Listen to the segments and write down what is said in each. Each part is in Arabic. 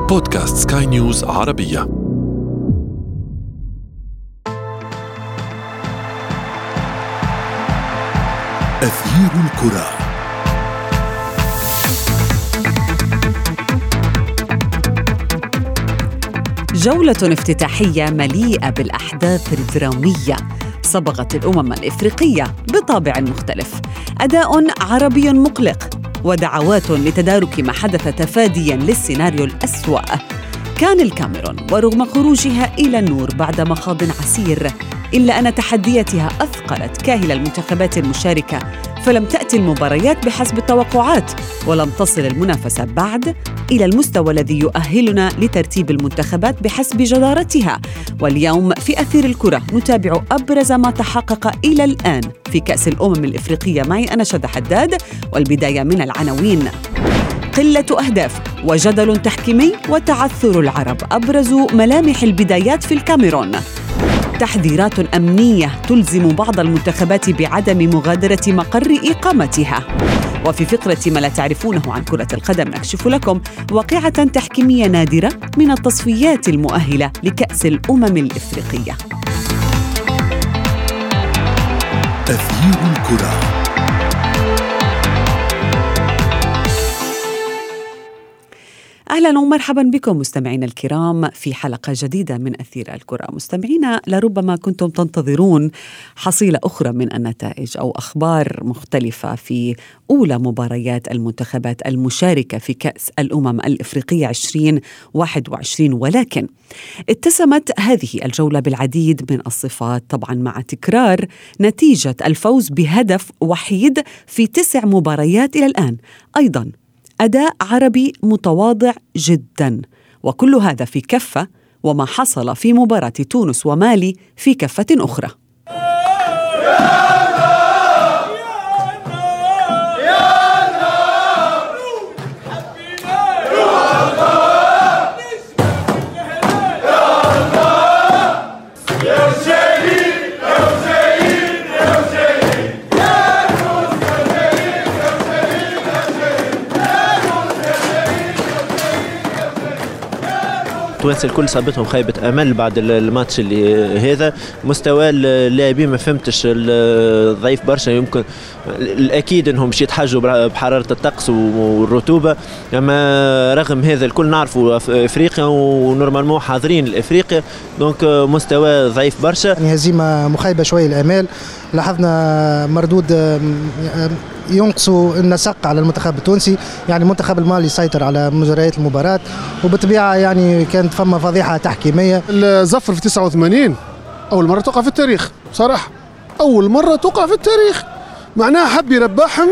بودكاست سكاي نيوز عربية. أثير الكرة. جولة افتتاحية مليئة بالأحداث الدرامية صبغت الأمم الإفريقية بطابع مختلف، أداء عربي مقلق ودعوات لتدارك ما حدث تفادياً للسيناريو الأسوأ. كان الكاميرون ورغم خروجها إلى النور بعد مخاض عسير، إلا أن تحدياتها أثقلت كاهل المنتخبات المشاركة، فلم تأتي المباريات بحسب التوقعات، ولم تصل المنافسة بعد إلى المستوى الذي يؤهلنا لترتيب المنتخبات بحسب جدارتها. واليوم في أثير الكرة نتابع أبرز ما تحقق إلى الآن في كأس الأمم الإفريقية. معي أنا شذى حداد، والبداية من العناوين. قلة أهداف وجدل تحكيمي وتعثر العرب أبرز ملامح البدايات في الكاميرون. تحذيرات أمنية تلزم بعض المنتخبات بعدم مغادرة مقر إقامتها. وفي فقرة ما لا تعرفونه عن كرة القدم نكشف لكم واقعة تحكيمية نادرة من التصفيات المؤهلة لكأس الأمم الإفريقية. أثير الكرة. أهلاً ومرحباً بكم مستمعينا الكرام في حلقة جديدة من أثير الكرة. مستمعينا، لربما كنتم تنتظرون حصيلة أخرى من النتائج أو أخبار مختلفة في أولى مباريات المنتخبات المشاركة في كأس الأمم الإفريقية 2021، ولكن اتسمت هذه الجولة بالعديد من الصفات، طبعاً مع تكرار نتيجة الفوز بهدف وحيد في 9 مباريات إلى الآن. أيضاً أداء عربي متواضع جداً، وكل هذا في كفة، وما حصل في مباراة تونس ومالي في كفة أخرى. التوانسة الكل صابتهم خيبة أمل بعد الماتش اللي هذا. مستوى اللاعبين ما فهمتش، ضعيف برشا. يمكن الأكيد أنهم باش يتحجوا بحرارة الطقس والرطوبة، أما رغم هذا الكل نعرفوا إفريقيا ونورمالمون حاضرين الإفريقيا، دونك مستوى ضعيف برشا. يعني هزيمة مخيبة شوية الأمال. لاحظنا مردود ينقصوا النسق على المنتخب التونسي، يعني المنتخب المالي يسيطر على مجريات المباراة، وبالطبيعة يعني كانت فما فضيحة تحكيمية. الظفر في 89 أول مرة توقع في التاريخ، بصراحة أول مرة توقع في التاريخ، معناها حب يربحهم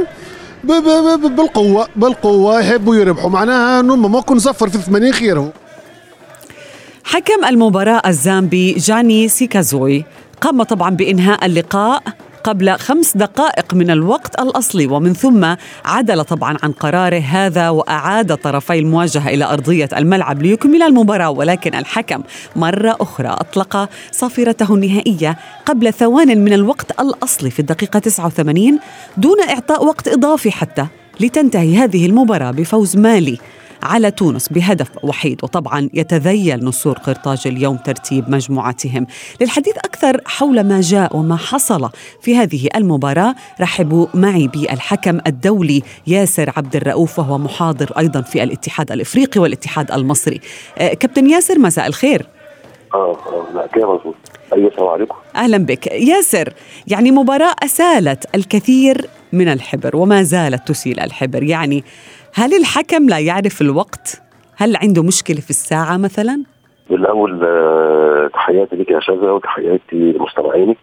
بالقوة يحبوا يربحوا، معناها أنهم ما كن ظفر في 80 خيرهم. حكم المباراة الزامبي جاني سيكازوي قام طبعا بإنهاء اللقاء قبل 5 دقائق من الوقت الأصلي، ومن ثم عدل طبعا عن قراره هذا وأعاد طرفي المواجهة إلى أرضية الملعب ليكمل المباراة. ولكن الحكم مرة أخرى أطلق صافرته النهائية قبل ثوان من الوقت الأصلي في الدقيقة 89 دون إعطاء وقت إضافي حتى لتنتهي هذه المباراة بفوز مالي على تونس بهدف وحيد. وطبعا يتذيل نسور قرطاج اليوم ترتيب مجموعتهم. للحديث أكثر حول ما جاء وما حصل في هذه المباراة رحبوا معي بالحكم الدولي ياسر عبد الرؤوف، وهو محاضر أيضا في الاتحاد الإفريقي والاتحاد المصري. كابتن ياسر، مساء الخير. لا كده مظبوط. أيوة، السلام عليكم. أهلا بك ياسر. يعني مباراة أسالت الكثير من الحبر وما زالت تسيل الحبر، يعني هل الحكم لا يعرف الوقت؟ هل عنده مشكلة في الساعة مثلا؟ بالأول تحياتي لك يا شذى وتحياتي لمستمعينك،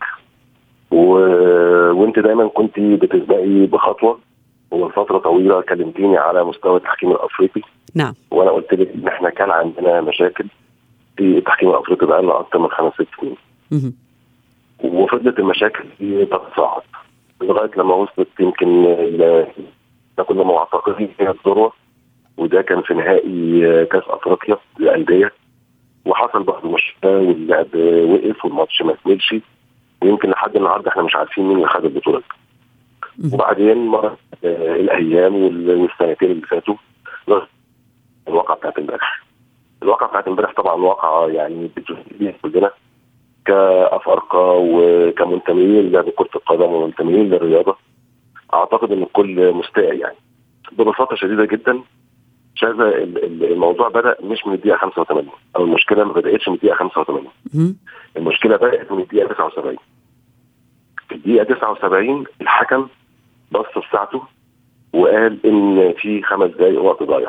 وانت دايما كنت بتسبقي بخطوة، وفترة طويلة كلمتيني على مستوى التحكيم الأفريقي. نعم. وأنا قلت لك إن احنا كان عندنا مشاكل في التحكيم الأفريقي بقالنا أكثر من 5-6 سنين. وفضلت المشاكل دي تتصاعد لغاية لما وصلت يمكن كنا معتقدين فيها الذروة، وده كان في نهائي كاس افريقيا للانديه، وحصل بعض المشكله واللعب وقف والماتش ما كملش، ويمكن لحد النهارده احنا مش عارفين مين اللي خد البطوله. وبعدين مرت الايام والسنتين اللي فاتوا الواقعه بتاعت امبارح. الواقعة بتاعت امبارح طبعا واقعة يعني بتجذب كلنا كأفارقة وكمنتمين لكرة القدم ومنتمين للرياضة. أعتقد إن الكل مستاء يعني ببساطة شديدة جدا. شاذة الموضوع بدأ مش من الدقيقة 85 أو المشكلة ما بدأتش من الدقيقة 85. المشكلة بدأت من الدقيقة 79. في الدقيقة 79 الحكم بص في ساعته وقال إن في 5 دقايق وقت ضايع.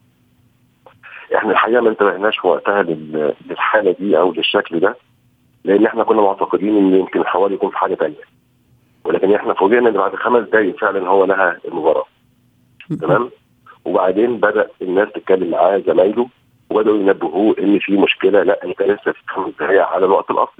احنا الحقيقة ما انتبهناش في وقتها للحالة دي أو للشكل ده، لأن احنا كنا معتقدين إن يمكن الحوار يكون في حاجة تانية، ولكن احنا فوجئنا إن بعد 5 دقايق فعلا هو نهى المباراة. تمام. وبعدين بدأ الناس تتكلم معاه زمايله وبدأوا ينبهوه إن في مشكلة، لا أنت لسه في 5 دقايق على الوقت الأصلي.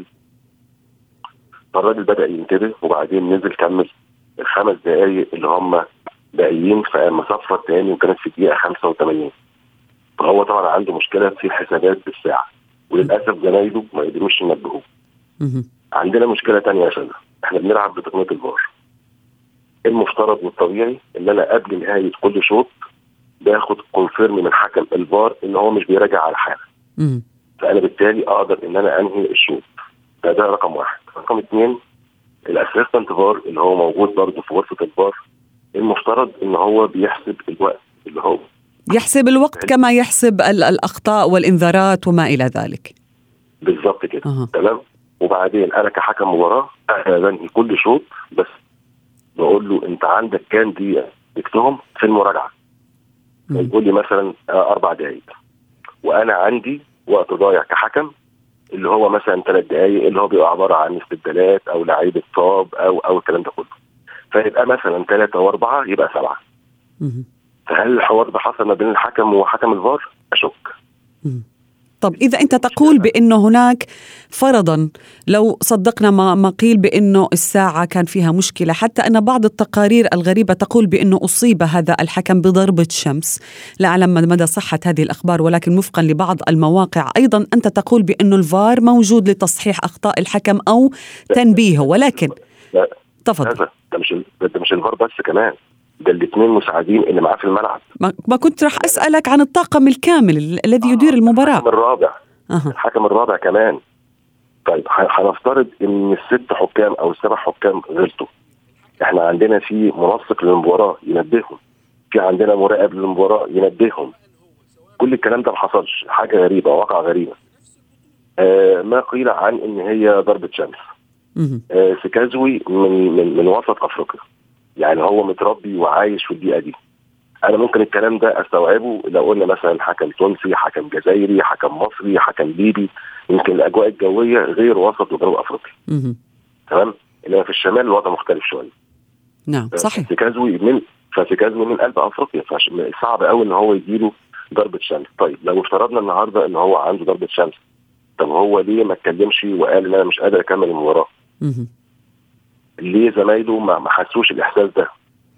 فالراجل بدأ ينتبه وبعدين نزل كمل ال5 دقايق اللي هم باقيين، فقام صفر تاني وكانت في الدقيقة 85. فهو طبعا عنده مشكلة في الحسابات بالساعة، وللأسف زمايله ما يقدروش ينبهوه. عندنا مشكلة تانية يا شباب، احنا بنلعب بتقنية الفار. المفترض والطبيعي ان انا قبل نهاية كل شوط باخد كونفيرم من حكم الفار ان هو مش بيراجع على حاجة، فانا بالتالي اقدر ان انا انهي الشوط. ده رقم 1. رقم 2 الاسيستنت فار اللي هو موجود برضه في غرفة الفار، المفترض ان هو بيحسب الوقت، اللي هو يحسب الوقت كما يحسب الأخطاء والإنذارات وما إلى ذلك. بالضبط كده. تمام. وبعدين أنا كحكم مباراة أنا بنهي كل شوط بس بقول له أنت عندك كام دقيقة تكتهم في المراجعة. يقول لي مثلا 4 دقايق، وأنا عندي وقت ضايع كحكم اللي هو مثلا 3 دقايق اللي هو بيبقى عبارة عن استبدالات أو لعيبة صاب أو الكلام ده كله. فيبقى مثلا 3 و4 يبقى 7. فهل الحوار ده حصل ما بين الحكم وحكم الفار؟ أشك. طب إذا أنت تقول بأنه هناك فرضاً لو صدقنا ما قيل بأنه الساعة كان فيها مشكلة، حتى أن بعض التقارير الغريبة تقول بأنه أصيب هذا الحكم بضربة شمس، لا أعلم مدى صحة هذه الأخبار، ولكن وفقاً لبعض المواقع أيضاً أنت تقول بأنه الفار موجود لتصحيح أخطاء الحكم أو تنبيهه. ولكن تفضل. ده مش الفار بس، كمان ده الاثنين مساعدين اللي معاه في الملعب. ما كنت رح أسألك عن الطاقم الكامل الذي يدير المباراة. الحكم الرابع كمان. طيب هنفترض ان ال6 حكام او ال7 حكام غلطوا، احنا عندنا في منسق للمباراة ينبههم، في عندنا مراقب للمباراة ينبههم. كل الكلام ده ما حصلش. حاجة غريبة، واقع غريبة. ما قيل عن ان هي ضربة شمس. سكازوي من وسط افريقيا، يعني هو متربي وعايش في البيئة دي. أنا ممكن الكلام ده أستوعبه لو قلنا مثلا حكم تونسي، حكم جزائري، حكم مصري، حكم ليبي، يمكن الأجواء الجوية غير وسط وجنوب أفريقيا. تمام. إنما في الشمال الوضع مختلف شوية. نعم صحيح. فسكازوي من قلب أفريقيا، فصعب قوي إن هو يجيله ضربة شمس. طيب لو افترضنا النهاردة إن هو عنده ضربة شمس، طب هو ليه ما اتكلمش وقال إن أنا مش قادر أكمل المباراة؟ ليه زمايله ما حسوش الإحساس ده؟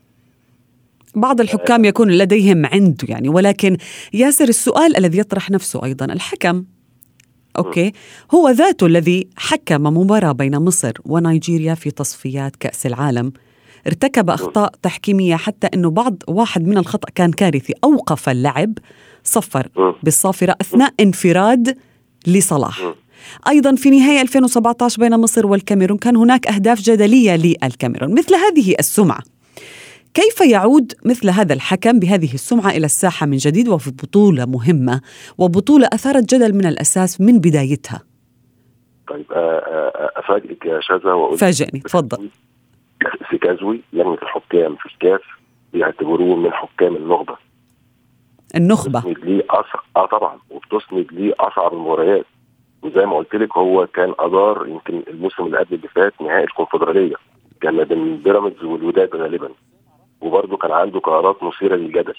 بعض الحكام يكون لديهم عنده يعني، ولكن ياسر السؤال الذي يطرح نفسه أيضا، الحكم أوكي هو ذاته الذي حكم مباراة بين مصر ونيجيريا في تصفيات كأس العالم، ارتكب أخطاء تحكيمية حتى أنه واحد من الخطأ كان كارثي، أوقف اللعب، صفر بالصافرة أثناء انفراد لصلاح. أيضا في نهاية 2017 بين مصر والكاميرون كان هناك أهداف جدلية للكاميرون. مثل هذه السمعة، كيف يعود مثل هذا الحكم بهذه السمعة إلى الساحة من جديد وفي بطولة مهمة وبطولة أثارت جدل من الأساس من بدايتها؟ طيب أفاجئك يا شاذة وأقول فاجئني، تفضل. سكازوي لجنة الحكام في الكاف بيعتبروه من حكام النخبة. بتسند ليه طبعا، وبتسند ليه أصعب المباريات. وزي ما قلت لك هو كان أدار يمكن الموسم اللي قبل اللي فات نهائي الكونفدرالية كان ما بين بيراميدز والوداد غالبا، وبرضه كان عنده قرارات مثيرة للجدل.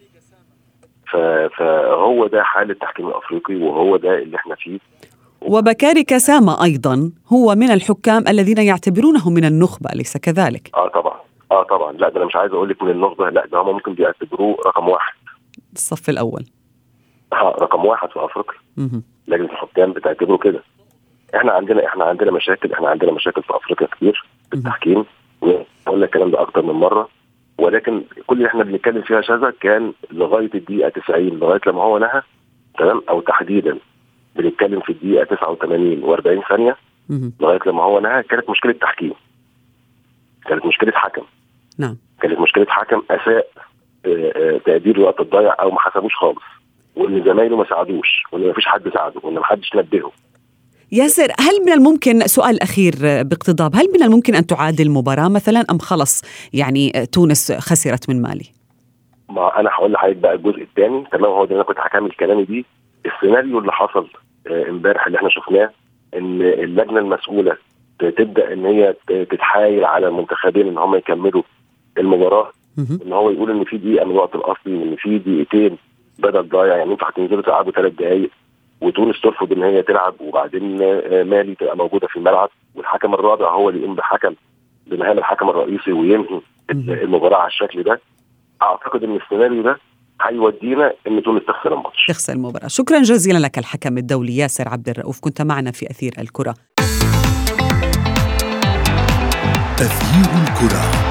فهو ده حال التحكيم الأفريقي وهو ده اللي احنا فيه. وبكاري كسامة أيضا هو من الحكام الذين يعتبرونه من النخبة، أليس كذلك؟ طبعا. لا ده أنا مش عايز أقول لك من النخبة، لا ده هم ممكن بيعتبروه رقم 1 الصف الأول. رقم 1 في أفريقيا. لجنة الحكام بتعتبره كده. احنا عندنا مشاكل في أفريقيا كتير في التحكيم، وقلنا الكلام ده أكتر من مرة، ولكن كل اللي احنا بنتكلم فيها شاذة كان لغاية الدقيقة 90 لغاية لما هو نهى تمام، او تحديدا بنتكلم في الدقيقه 89 و40 ثانيه لغايه لما هو نهى، كانت مشكله تحكيم، كانت مشكله حكم. نعم، كانت مشكله حكم اساء تقدير الوقت الضايع او ما حسبوش خالص، وان زمايله ما ساعدوش، وان ما فيش حد ساعده، وان ما حدش نبهه. ياسر، هل من الممكن، سؤال أخير باقتضاب، هل من الممكن أن تعاد المباراة مثلا، أم خلص يعني تونس خسرت من مالي؟ ما أنا هقول لحضرتك بقى الجزء الثاني، تمام، هو ده أنا كنت هكمل كلامي دي. السيناريو اللي حصل امبارح اللي احنا شفناه، ان اللجنة المسؤولة تبدأ ان هي تتحايل على المنتخبين ان هم يكملوا المباراة، ان هو يقول ان في دقيقة من الوقت الأصلي، وان في دقيقتين بدل ضايع، يعني انتوا هتنزلوا تلعبوا 3 دقايق، وتونس ترفض ان هي تلعب، وبعدين مالي تبقى موجوده في الملعب، والحكم الرابع هو اللي يقوم بمهام الحكم الرئيسي وينهي المباراه على الشكل ده. اعتقد ان السيناريو ده هيودينا ان تونس تخسر الماتش، تخسر المباراه. شكرا جزيلا لك الحكم الدولي ياسر عبد الرؤوف، كنت معنا في أثير الكرة. أثير الكرة.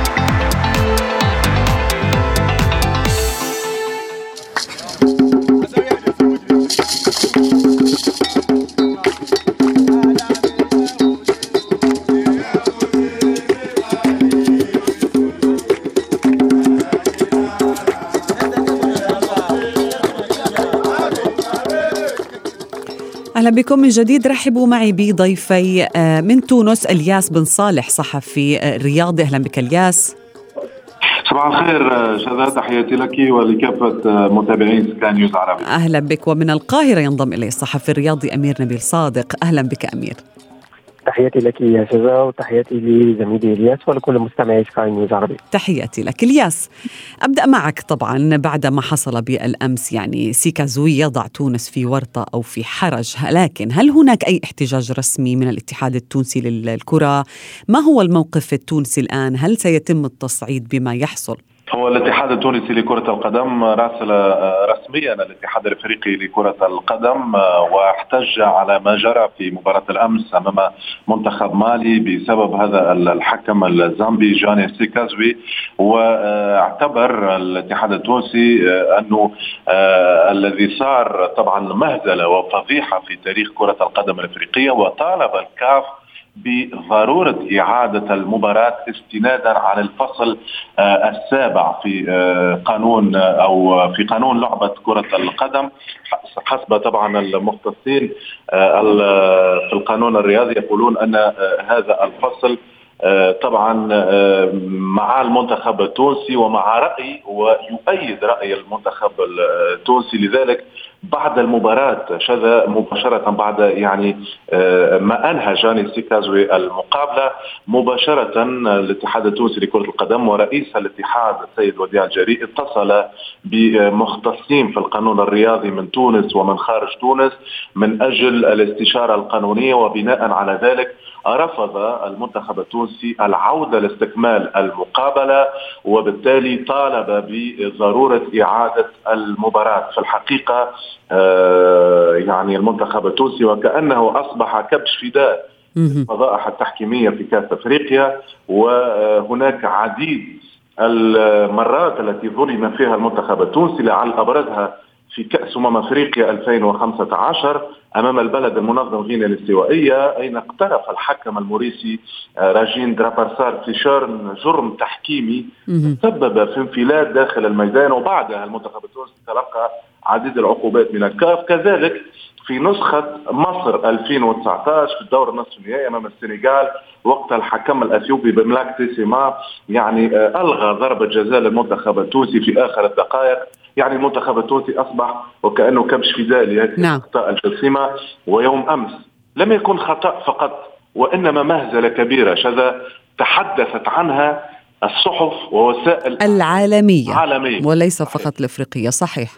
أهلا بكم من جديد. رحبوا معي بضيفي من تونس، الياس بن صالح صحفي رياضي. أهلا بك الياس. صباح الخير شذا، تحياتي لك ولكافة متابعين سكاي نيوز عربي. أهلا بك. ومن القاهرة ينضم إلي الصحفي الرياضي أمير نبيل صادق. أهلا بك أمير. تحياتي لك يا شذا، وتحياتي لزميلي الياس ولكل مستمعي سكاي نيوز عربي. تحياتي لك الياس. أبدأ معك طبعا بعد ما حصل بالأمس، يعني سيكازوي يضع تونس في ورطة أو في حرج، لكن هل هناك أي احتجاج رسمي من الاتحاد التونسي للكرة؟ ما هو الموقف التونسي الآن؟ هل سيتم التصعيد بما يحصل؟ هو الاتحاد التونسي لكرة القدم راسل رسميا الاتحاد الافريقي لكرة القدم واحتج على ما جرى في مباراة الامس امام منتخب مالي بسبب هذا الحكم الزامبي جاني سيكازوي، واعتبر الاتحاد التونسي انه الذي صار طبعا مهزلة وفضيحة في تاريخ كرة القدم الافريقية، وطالب الكاف بضرورة إعادة المباراة استنادا على الفصل 7 في قانون أو في قانون لعبة كرة القدم، حسب طبعا المختصين في القانون الرياضي يقولون أن هذا الفصل طبعا مع المنتخب التونسي ومع رأي ويؤيد رأي المنتخب التونسي. لذلك بعد المباراة شذا مباشرة بعد يعني ما أنهى جاني سيكازوي المقابلة مباشرة، الاتحاد التونسي لكرة القدم ورئيس الاتحاد السيد وديع الجري اتصل بمختصين في القانون الرياضي من تونس ومن خارج تونس من أجل الاستشارة القانونية، وبناء على ذلك رفض المنتخب التونسي العودة لاستكمال المقابلة، وبالتالي طالب بضرورة إعادة المباراة. في الحقيقة يعني المنتخب التونسي وكأنه أصبح كبش فداء الفضائح التحكيمية في كأس أفريقيا، وهناك عديد المرات التي ظلم فيها المنتخب التونسي، لعل أبرزها في كأس أفريقيا 2015 أمام البلد المنظم غينيا الاستوائية، أين اقترف الحكم الموريسي راجين درابارسار في شرن جرم تحكيمي سبب في انفلات داخل الميدان، وبعدها المنتخب التونسي تلقى عديد العقوبات من الكاف. كذلك في نسخة مصر 2019 في الدور النصف النهائي أمام السنغال، وقت الحكم الأثيوبي بملاك تيسيما يعني ألغى ضربة جزاء للمنتخب التونسي في آخر الدقائق. يعني المنتخب التونسي أصبح وكأنه كبش فداء لهذه الأخطاء الجسيمة. ويوم أمس لم يكن خطأ فقط، وإنما مهزلة كبيرة شذا تحدثت عنها الصحف ووسائل العالمية وليس فقط الأفريقية. صحيح.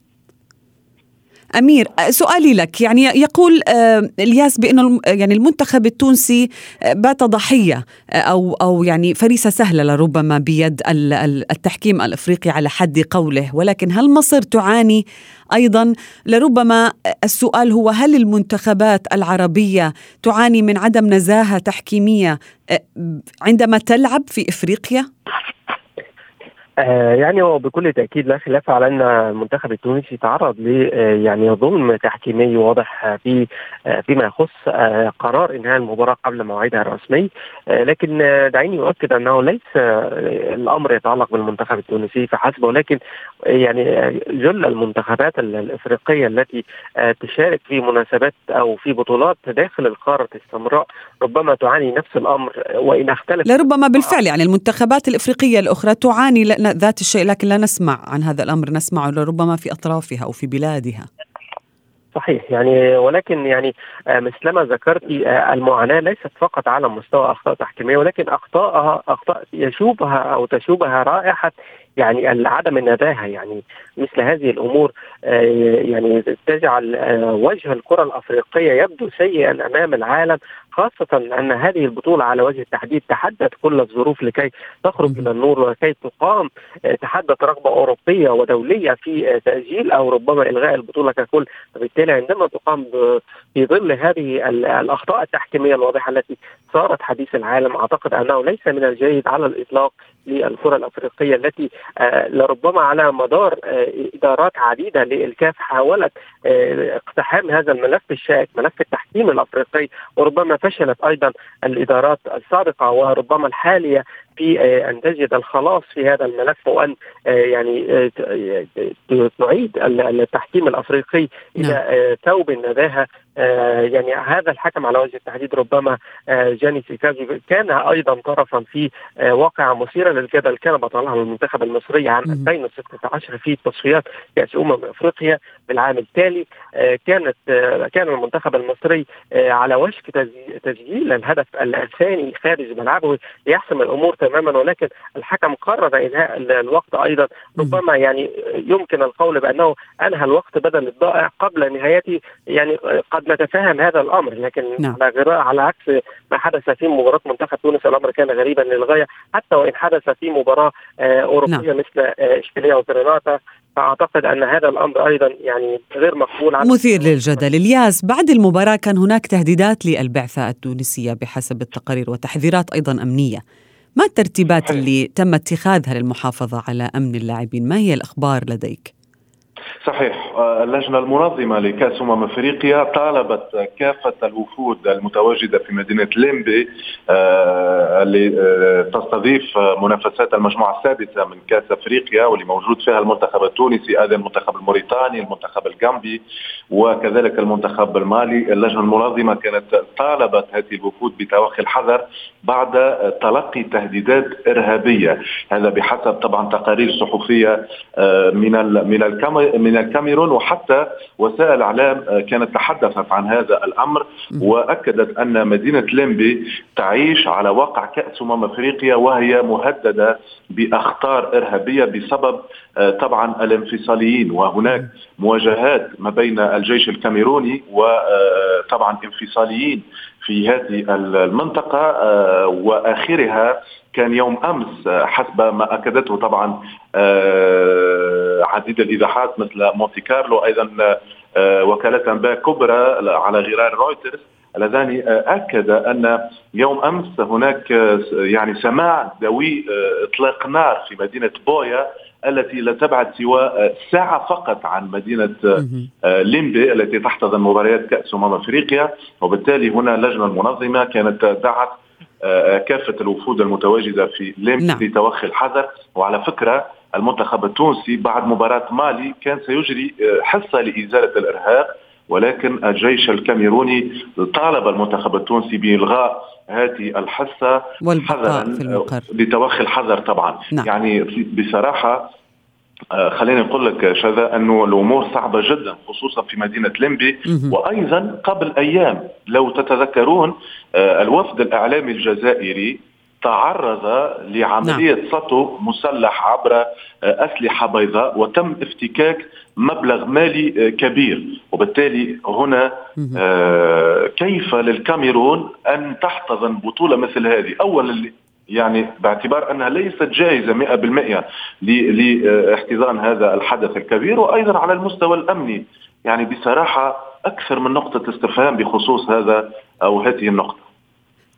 أمير، سؤالي لك، يعني يقول الياس بأنه يعني المنتخب التونسي بات ضحية أو يعني فريسة سهلة لربما بيد التحكيم الأفريقي على حد قوله، ولكن هل مصر تعاني أيضا؟ لربما السؤال هو هل المنتخبات العربية تعاني من عدم نزاهة تحكيمية عندما تلعب في إفريقيا؟ يعني هو بكل تأكيد لا خلاف على أن المنتخب التونسي تعرض ل يعني ظلم تحكيمي واضح فيما يخص قرار إنهاء المباراة قبل موعدها الرسمي. لكن دعيني أؤكد أنه ليس الأمر يتعلق بالمنتخب التونسي فحسب، ولكن يعني جل المنتخبات الإفريقية التي تشارك في مناسبات أو في بطولات داخل القارة السمراء ربما تعاني نفس الأمر وإن اختلف. لربما بالفعل يعني المنتخبات الإفريقية الأخرى تعاني ذات الشيء، لكن لا نسمع عن هذا الأمر، نسمع لربما في أطرافها أو في بلادها. صحيح، يعني ولكن يعني مثلما ذكرت المعاناة ليست فقط على مستوى أخطاء تحكيمية، ولكن أخطاء يشوبها أو تشوبها رائحة يعني عدم النزاهة. يعني مثل هذه الأمور يعني تجعل وجه الكرة الأفريقية يبدو سيئا أمام العالم، خاصة أن هذه البطولة على وجه التحديد تحدث كل الظروف لكي تخرج إلى النور ولكي تقام. تحدث رغبة أوروبية ودولية في تأجيل أو ربما إلغاء البطولة ككل. فبالتالي عندما تقام في ظل هذه الأخطاء التحكيمية الواضحة التي صارت حديث العالم، أعتقد أنه ليس من الجيد على الإطلاق للكرة الأفريقية التي لربما على مدار إدارات عديدة للكاف حاولت اقتحام هذا الملف الشائك، ملف التحكيم الأفريقي، وربما فشلت أيضا الإدارات السابقة وربما الحالية في أن تجد الخلاص في هذا الملف، وأن يعني تعيد التحكيم الأفريقي إلى ثوب النزاهة. يعني هذا الحكم على وجه التحديد ربما جاني سيكازو كان أيضا طرفا في واقعة مثيرة للجدل كان بطلها المنتخب المصري عام 2016 في تصفيات كأس أفريقيا بالعام التالي. كان المنتخب المصري على وشك تسجيل الهدف الثاني خارج ملعبه ليحسم الأمور تماما، ولكن الحكم قرر إنهاء الوقت أيضا. ربما يعني يمكن القول بأنه أنهى الوقت بدل الضائع قبل نهايته. يعني قد نتفهم هذا الأمر، لكن على عكس ما حدث في مباراة منتخب تونس الأمر كان غريبا للغاية، حتى وإن حدث في مباراة أوروبية مثل إشبيلية وغرناطة. فأعتقد أن هذا الأمر أيضا يعني غير مقبول. مثير للجدل. الياس، بعد المباراة كان هناك تهديدات للبعثة التونسية بحسب التقارير وتحذيرات أيضا أمنية. ما الترتيبات اللي تم اتخاذها للمحافظة على أمن اللاعبين؟ ما هي الأخبار لديك؟ صحيح، اللجنة المنظمة لكأس أفريقيا طالبت كافة الوفود المتواجدة في مدينة ليمبي اللي تستضيف منافسات المجموعة السادسة من كأس أفريقيا، واللي موجود فيها المنتخب التونسي، أيضا المنتخب الموريتاني، المنتخب الغامبي، وكذلك المنتخب المالي. اللجنة المنظمة كانت طالبت هذه الوفود بتوخي الحذر بعد تلقي تهديدات إرهابية. هذا بحسب طبعا تقارير صحفية من الكاميرون، وحتى وسائل الإعلام كانت تحدثت عن هذا الأمر، وأكدت أن مدينة ليمبي تعيش على واقع كأس أفريقيا وهي مهددة بأخطار إرهابية بسبب طبعا الانفصاليين، وهناك مواجهات ما بين الجيش الكاميروني وطبعا انفصاليين في هذه المنطقة. وآخرها كان يوم أمس حسب ما أكدته طبعا عديد الإذاعات مثل مونتي كارلو، أيضا وكالة أنباء كبرى على غرار رويترز اللذان أكد أن يوم أمس هناك يعني سماع دوي إطلاق نار في مدينة بويا التي لا تبعد سوى ساعة فقط عن مدينة ليمبي التي تحتضن مباريات كأس أفريقيا. وبالتالي هنا اللجنة المنظمة كانت دعت كافة الوفود المتواجدة في ليمبي لتوخي الحذر. وعلى فكرة المنتخب التونسي بعد مباراة مالي كان سيجري حصة لإزالة الإرهاب، ولكن الجيش الكاميروني طالب المنتخب التونسي بإلغاء هذه الحصة حذرا لتوخي الحذر طبعا. يعني بصراحة خليني أقول لك شذا أنه الأمور صعبة جدا خصوصا في مدينة ليمبي. وأيضا قبل أيام لو تتذكرون الوفد الإعلامي الجزائري تعرض لعملية سطو مسلح عبر أسلحة بيضاء وتم افتكاك مبلغ مالي كبير. وبالتالي هنا كيف للكاميرون أن تحتضن بطولة مثل هذه؟ أولا يعني باعتبار أنها ليست جاهزة 100% لاحتضان هذا الحدث الكبير، وأيضا على المستوى الأمني يعني بصراحة أكثر من نقطة استفهام بخصوص هذا أو هذه النقطة.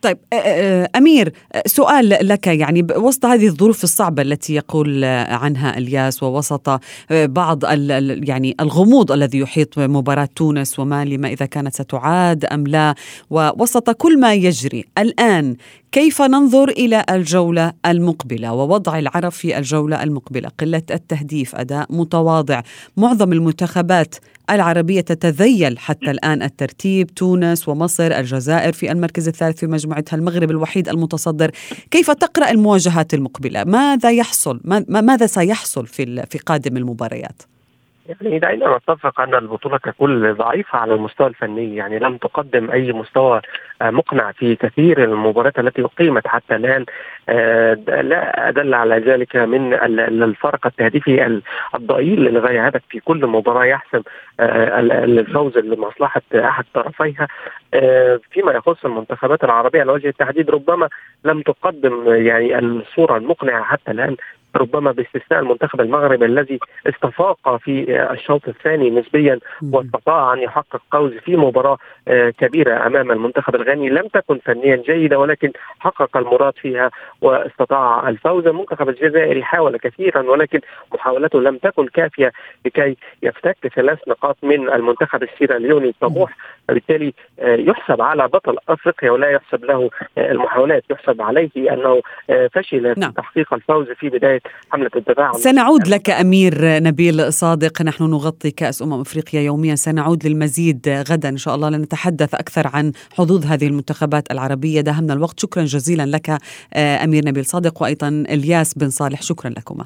طيب أمير، سؤال لك، يعني وسط هذه الظروف الصعبة التي يقول عنها الياس، ووسط بعض يعني الغموض الذي يحيط مباراة تونس ومالي ما إذا كانت ستعاد أم لا، ووسط كل ما يجري الآن، كيف ننظر إلى الجولة المقبلة ووضع العرب في الجولة المقبلة؟ قلة التهديف، أداء متواضع، معظم المنتخبات العربية تتذيل حتى الآن الترتيب، تونس ومصر، الجزائر في المركز الثالث في مجموعتها، المغرب الوحيد المتصدر. كيف تقرأ المواجهات المقبلة؟ ماذا يحصل؟ ماذا سيحصل في قادم المباريات؟ يعني دعينا نتفق أن البطولة ككل ضعيفة على المستوى الفني، يعني لم تقدم أي مستوى مقنع في كثير المباريات التي أقيمت حتى الآن. لا أدل على ذلك من الفرق التهديفي الضئيل للغاية، هدف في كل مباراة يحسم الفوز لمصلحة أحد طرفيها. فيما يخص المنتخبات العربية على وجه التحديد، ربما لم تقدم يعني الصورة المقنعة حتى الآن، ربما باستثناء المنتخب المغربي الذي استفاق في الشوط الثاني نسبيا واستطاع أن يحقق فوز في مباراة كبيرة أمام المنتخب الغاني، لم تكن فنيا جيدة ولكن حقق المراد فيها واستطاع الفوز. المنتخب الجزائري حاول كثيرا ولكن محاولته لم تكن كافية لكي يفتك 3 نقاط من المنتخب السيراليوني الطموح، بالتالي يحسب على بطل أفريقيا ولا يحسب له المحاولات، يحسب عليه أنه فشل في تحقيق الفوز في بداية حملة الدفاع. سنعود لك أمير نبيل صادق، نحن نغطي كأس أفريقيا يوميا، سنعود للمزيد غدا إن شاء الله لنتحدث أكثر عن حظوظ هذه المنتخبات العربية. داهمنا الوقت، شكرا جزيلا لك أمير نبيل صادق، وأيضا الياس بن صالح، شكرا لكما.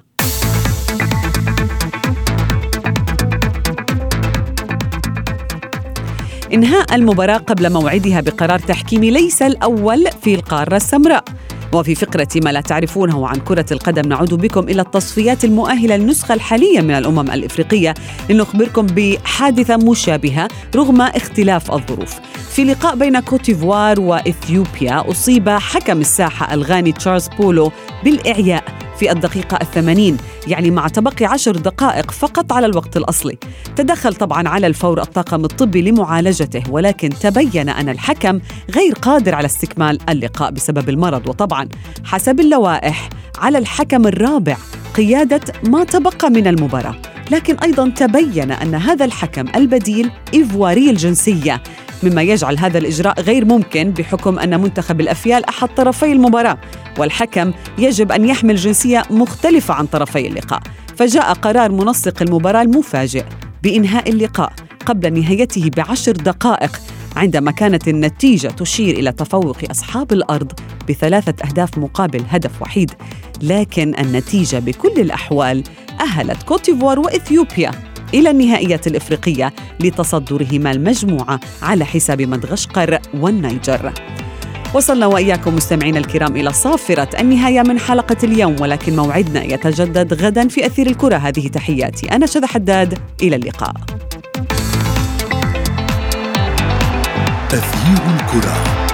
إنهاء المباراة قبل موعدها بقرار تحكيمي ليس الأول في القارة السمراء. وفي فقرة ما لا تعرفونه عن كرة القدم نعود بكم إلى التصفيات المؤهلة للنسخة الحالية من الأمم الإفريقية لنخبركم بحادثة مشابهة رغم اختلاف الظروف. في لقاء بين كوتيفوار وإثيوبيا أصيب حكم الساحة الغاني تشارلز بولو بالإعياء في الدقيقة 80، يعني مع تبقي 10 دقائق فقط على الوقت الأصلي. تدخل طبعا على الفور الطاقم الطبي لمعالجته، ولكن تبين أن الحكم غير قادر على استكمال اللقاء بسبب المرض، وطبعا حسب اللوائح على الحكم الرابع قيادة ما تبقى من المباراة. لكن أيضا تبين أن هذا الحكم البديل إيفواري الجنسية، مما يجعل هذا الإجراء غير ممكن بحكم أن منتخب الأفيال أحد طرفي المباراة، والحكم يجب أن يحمل جنسية مختلفة عن طرفي اللقاء. فجاء قرار منسق المباراة المفاجئ بإنهاء اللقاء قبل نهايته ب10 دقائق، عندما كانت النتيجة تشير إلى تفوق أصحاب الأرض ب3 أهداف مقابل هدف وحيد. لكن النتيجة بكل الأحوال أهلت كوتيفوار وإثيوبيا إلى النهائيات الإفريقية لتصدرهما المجموعة على حساب مدغشقر والنيجر. وصلنا وإياكم مستمعين الكرام إلى صافرة النهاية من حلقة اليوم، ولكن موعدنا يتجدد غدا في أثير الكرة. هذه تحياتي، أنا شذى حداد، إلى اللقاء. أثير الكرة.